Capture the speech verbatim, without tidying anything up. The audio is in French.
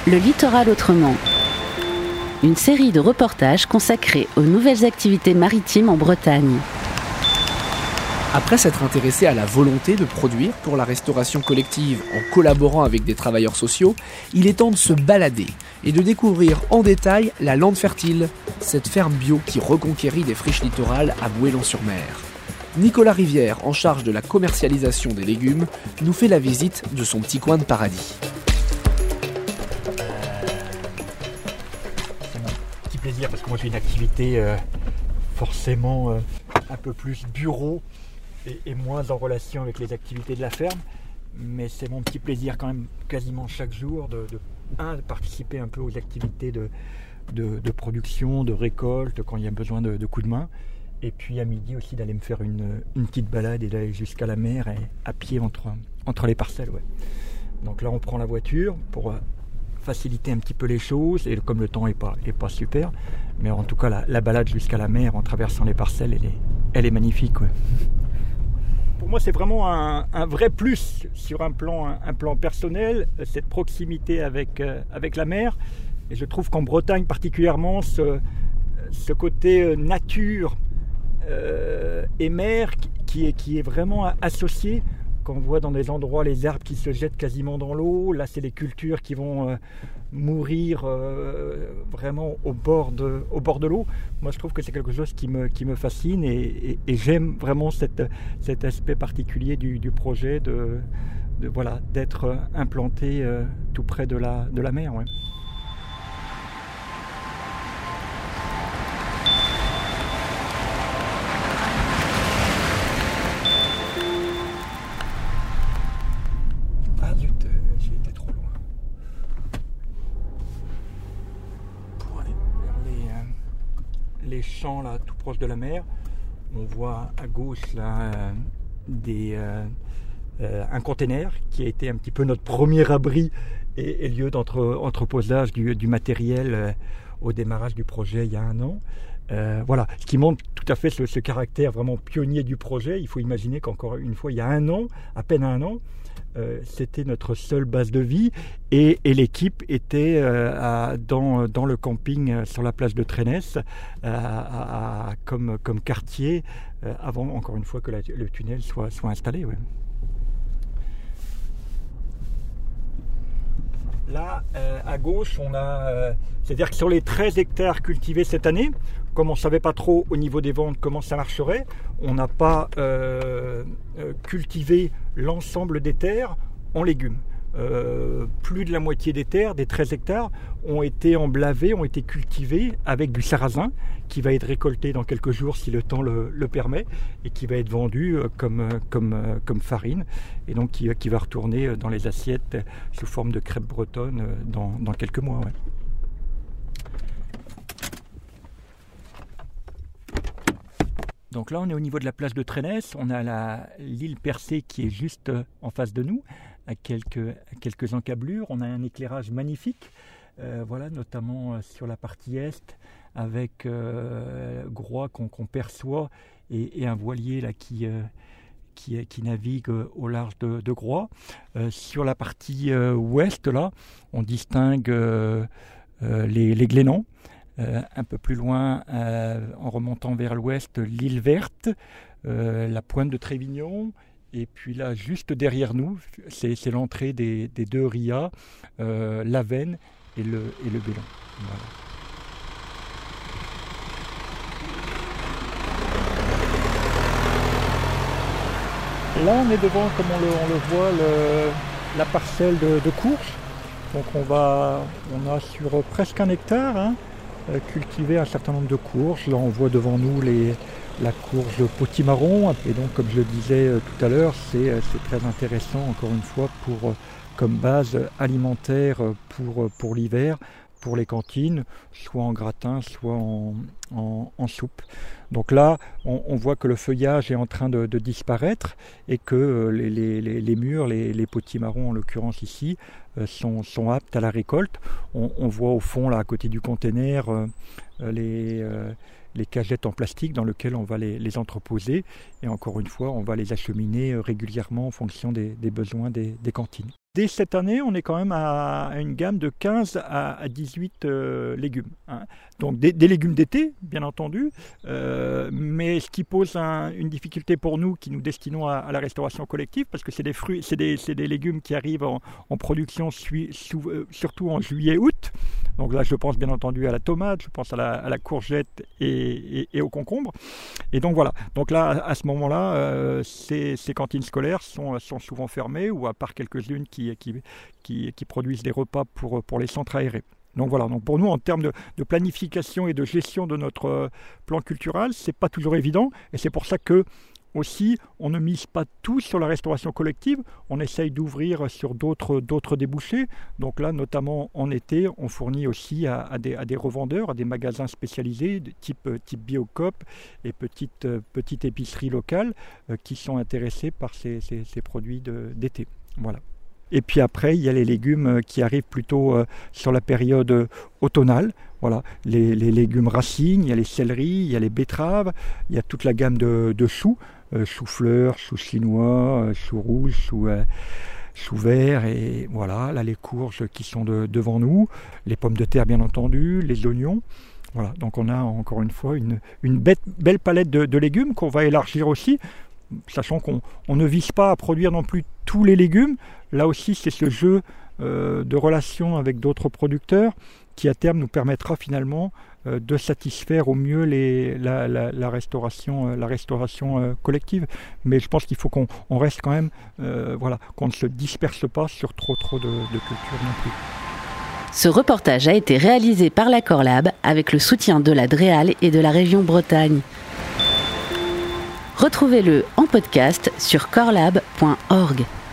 Le littoral autrement. Une série de reportages consacrés aux nouvelles activités maritimes en Bretagne. Après s'être intéressé à la volonté de produire pour la restauration collective en collaborant avec des travailleurs sociaux, il est temps de se balader et de découvrir en détail la Lande Fertile, cette ferme bio qui reconquérit des friches littorales à Bouélon-sur-Mer. Nicolas Rivière, en charge de la commercialisation des légumes, nous fait la visite de son petit coin de paradis. C'est mon petit plaisir parce que moi j'ai une activité euh, forcément euh, un peu plus bureau et, et moins en relation avec les activités de la ferme. Mais c'est mon petit plaisir quand même quasiment chaque jour de, de, un, de participer un peu aux activités de, de, de production, de récolte quand il y a besoin de, de coups de main. Et puis à midi aussi d'aller me faire une, une petite balade et d'aller jusqu'à la mer et à pied entre, entre les parcelles. Ouais. Donc là on prend la voiture pour faciliter un petit peu les choses et comme le temps n'est pas, est pas super, mais en tout cas la, la balade jusqu'à la mer en traversant les parcelles elle est, elle est magnifique. Ouais. Pour moi c'est vraiment un, un vrai plus sur un plan, un, un plan personnel, cette proximité avec, euh, avec la mer. Et je trouve qu'en Bretagne particulièrement ce, ce côté nature Euh, et mer qui est, qui est vraiment associé. Quand on voit dans des endroits les arbres qui se jettent quasiment dans l'eau, là c'est les cultures qui vont euh, mourir euh, vraiment au bord de, au bord de l'eau. Moi je trouve que c'est quelque chose qui me, qui me fascine et, et, et j'aime vraiment cette, cet aspect particulier du, du projet de, de, voilà, d'être implanté euh, tout près de la, de la mer. Ouais. Les champs là, tout proche de la mer. On voit à gauche là euh, des, euh, euh, un container qui a été un petit peu notre premier abri et, et lieu d'entreposage du, du matériel euh, au démarrage du projet il y a un an. Euh, voilà, ce qui montre tout à fait ce, ce caractère vraiment pionnier du projet. Il faut imaginer qu'encore une fois, il y a un an, à peine un an, Euh, c'était notre seule base de vie et, et l'équipe était euh, à, dans, dans le camping euh, sur la plage de Trénès euh, à, à, comme, comme quartier euh, avant encore une fois que la, le tunnel soit, soit installé. Ouais. Là, euh, à gauche, on a, euh, c'est-à-dire que sur les treize hectares cultivés cette année, comme on ne savait pas trop au niveau des ventes comment ça marcherait, on n'a pas euh, euh, cultivé l'ensemble des terres en légumes. Euh, plus de la moitié des terres, des treize hectares, ont été emblavées, ont été cultivées avec du sarrasin qui va être récolté dans quelques jours si le temps le, le permet et qui va être vendu comme, comme, comme farine et donc qui, qui va retourner dans les assiettes sous forme de crêpes bretonnes dans, dans quelques mois. Ouais. Donc là on est au niveau de la plage de Trénès, on a la, l'île Percée qui est juste en face de nous, à quelques, à quelques encablures. On a un éclairage magnifique, euh, voilà, notamment sur la partie est, avec euh, Groix qu'on, qu'on perçoit et, et un voilier là, qui, euh, qui, qui navigue au large de, de Groix. Euh, sur la partie euh, ouest, là, on distingue euh, euh, les, les Glénans. Euh, un peu plus loin, euh, en remontant vers l'ouest, l'île Verte, euh, la pointe de Trévignon, et puis là, juste derrière nous, c'est, c'est l'entrée des, des deux R I A, euh, l'Avenne et le, et le Bélon. Voilà. Là, on est devant, comme on le, on le voit, le, la parcelle de, de courge. Donc on, va, on a sur presque un hectare, hein, cultiver un certain nombre de courges. Là on voit devant nous les, la courge potimarron et donc comme je le disais tout à l'heure c'est, c'est très intéressant encore une fois pour, comme base alimentaire pour, pour l'hiver, pour les cantines, soit en gratin, soit en, en, en soupe. Donc là, on, on voit que le feuillage est en train de, de disparaître et que les, les, les mûres, les, les potimarrons en l'occurrence ici, euh, sont, sont aptes à la récolte. On, on voit au fond, là, à côté du container, euh, les, euh, les cagettes en plastique dans lesquelles on va les, les entreposer. Et encore une fois, on va les acheminer régulièrement en fonction des, des besoins des, des cantines. Dès cette année, on est quand même à une gamme de quinze à dix-huit euh, légumes. Hein. Donc des, des légumes d'été, bien entendu, euh, mais ce qui pose un, une difficulté pour nous qui nous destinons à, à la restauration collective, parce que c'est des fruits, c'est des, c'est des légumes qui arrivent en, en production sui, sou, euh, surtout en juillet-août. Donc là, je pense bien entendu à la tomate, je pense à la, à la courgette et, et, et au concombre. Et donc voilà. Donc là, à, à ce moment-là, euh, ces, ces cantines scolaires sont, sont souvent fermées, ou à part quelques-unes qui Qui, qui, qui produisent des repas pour, pour les centres aérés. Donc voilà, donc pour nous, en termes de, de planification et de gestion de notre plan culturel, c'est pas toujours évident, et c'est pour ça que aussi, on ne mise pas tout sur la restauration collective, on essaye d'ouvrir sur d'autres, d'autres débouchés. Donc là, notamment en été, on fournit aussi à, à, des, à des revendeurs, à des magasins spécialisés, de type, type Biocoop et petites, petites épiceries locales euh, qui sont intéressés par ces, ces, ces produits de, d'été. Voilà. Et puis après, il y a les légumes qui arrivent plutôt euh, sur la période euh, automnale. Voilà, les, les légumes racines, il y a les céleris, il y a les betteraves, il y a toute la gamme de, de choux, euh, choux-fleurs, choux chinois, euh, choux rouges, choux, euh, choux verts, et voilà, là les courges qui sont de, devant nous, les pommes de terre bien entendu, les oignons. Voilà, donc on a encore une fois une, une bête, belle palette de, de légumes qu'on va élargir aussi, sachant qu'on on ne vise pas à produire non plus tous les légumes. Là aussi, c'est ce jeu euh, de relations avec d'autres producteurs qui à terme nous permettra finalement euh, de satisfaire au mieux les, la, la, la restauration, euh, la restauration euh, collective. Mais je pense qu'il faut qu'on on reste quand même, euh, voilà, qu'on ne se disperse pas sur trop trop de, de cultures non plus. Ce reportage a été réalisé par la Corlab avec le soutien de la Dreal et de la région Bretagne. Retrouvez-le en podcast sur corlab point org.